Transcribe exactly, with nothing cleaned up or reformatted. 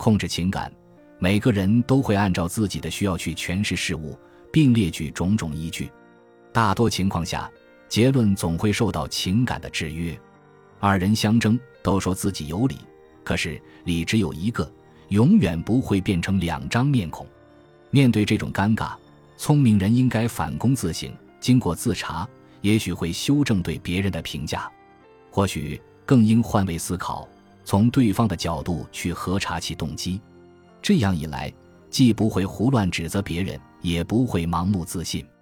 控制情感，每个人都会按照自己的需要去诠释事物，并列举种种依据。大多情况下，结论总会受到情感的制约。二人相争，都说自己有理，可是理只有一个，永远不会变成两张面孔。面对这种尴尬，聪明人应该反躬自省，经过自查，也许会修正对别人的评价，或许更应换位思考，从对方的角度去核查其动机。这样一来，既不会胡乱指责别人，也不会盲目自信。